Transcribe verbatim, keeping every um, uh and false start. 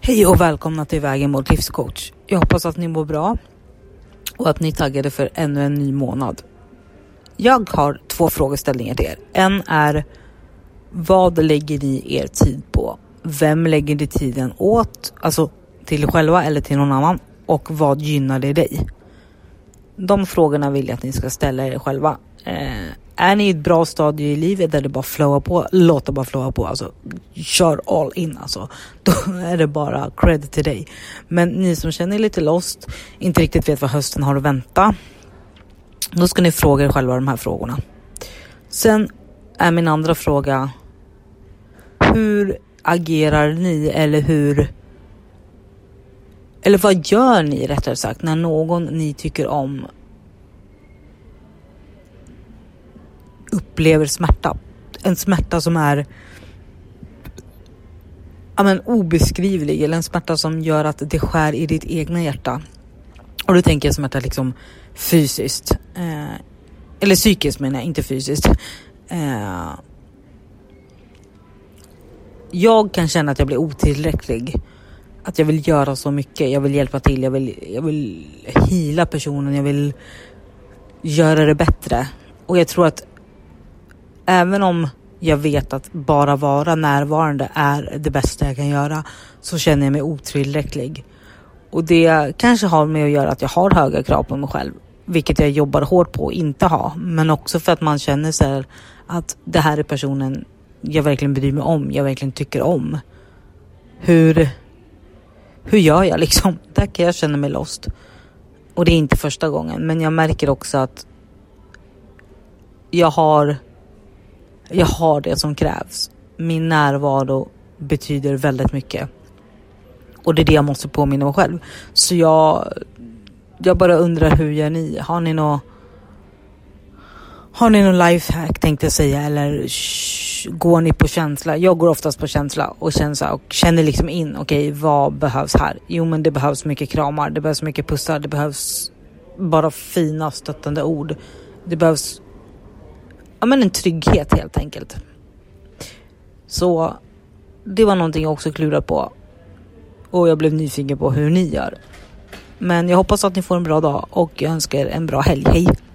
Hej och välkomna till Vägen mot livscoach. Jag hoppas att ni mår bra och att ni är taggade för ännu en ny månad. Jag har två frågeställningar till er. En är: vad lägger ni er tid på? Vem lägger ni tiden åt? Alltså till er själva eller till någon annan? Och vad gynnar det dig? De frågorna vill jag att ni ska ställa er själva. Eh, är ni i ett bra stadie i livet där det bara flowar på? Låt det bara flowa på. Alltså, kör all in alltså. Då är det bara cred till dig. Men ni som känner er lite lost, inte riktigt vet vad hösten har att vänta, då ska ni fråga er själva de här frågorna. Sen är min andra fråga: hur agerar ni eller hur eller vad gör ni rättare sagt när någon ni tycker om upplever smärta? En smärta som är ja, men obeskrivlig, eller en smärta som gör att det skär i ditt egna hjärta. Och då tänker jag smärta liksom fysiskt. Eh, eller psykiskt menar jag, inte fysiskt. Eh, jag kan känna att jag blir otillräcklig. Att jag vill göra så mycket. Jag vill hjälpa till. Jag vill, jag vill heala personen. Jag vill göra det bättre. Och jag tror att även om jag vet att bara vara närvarande är det bästa jag kan göra, så känner jag mig otillräcklig. Och det kanske har med att göra att jag har höga krav på mig själv, vilket jag jobbar hårt på att inte ha. Men också för att man känner sig att det här är personen jag verkligen bryr mig om. Jag verkligen tycker om. Hur, hur gör jag liksom? Där kan jag känna mig lost. Och det är inte första gången. Men jag märker också att jag har jag har det som krävs. Min närvaro betyder väldigt mycket. Och det är det jag måste påminna mig själv. Så jag jag bara undrar, hur gör ni? Har ni något Har ni någon lifehack tänkte jag säga, eller sh, går ni på känsla? Jag går oftast på känsla och känsla och känner liksom in, okej, okay, vad behövs här? Jo, men det behövs mycket kramar, det behövs mycket pussar, det behövs bara fina stöttande ord. Det behövs ja, men en trygghet helt enkelt. Så det var någonting jag också klurat på. Och jag blev nyfiken på hur ni gör. Men jag hoppas att ni får en bra dag och jag önskar er en bra helg. Hej!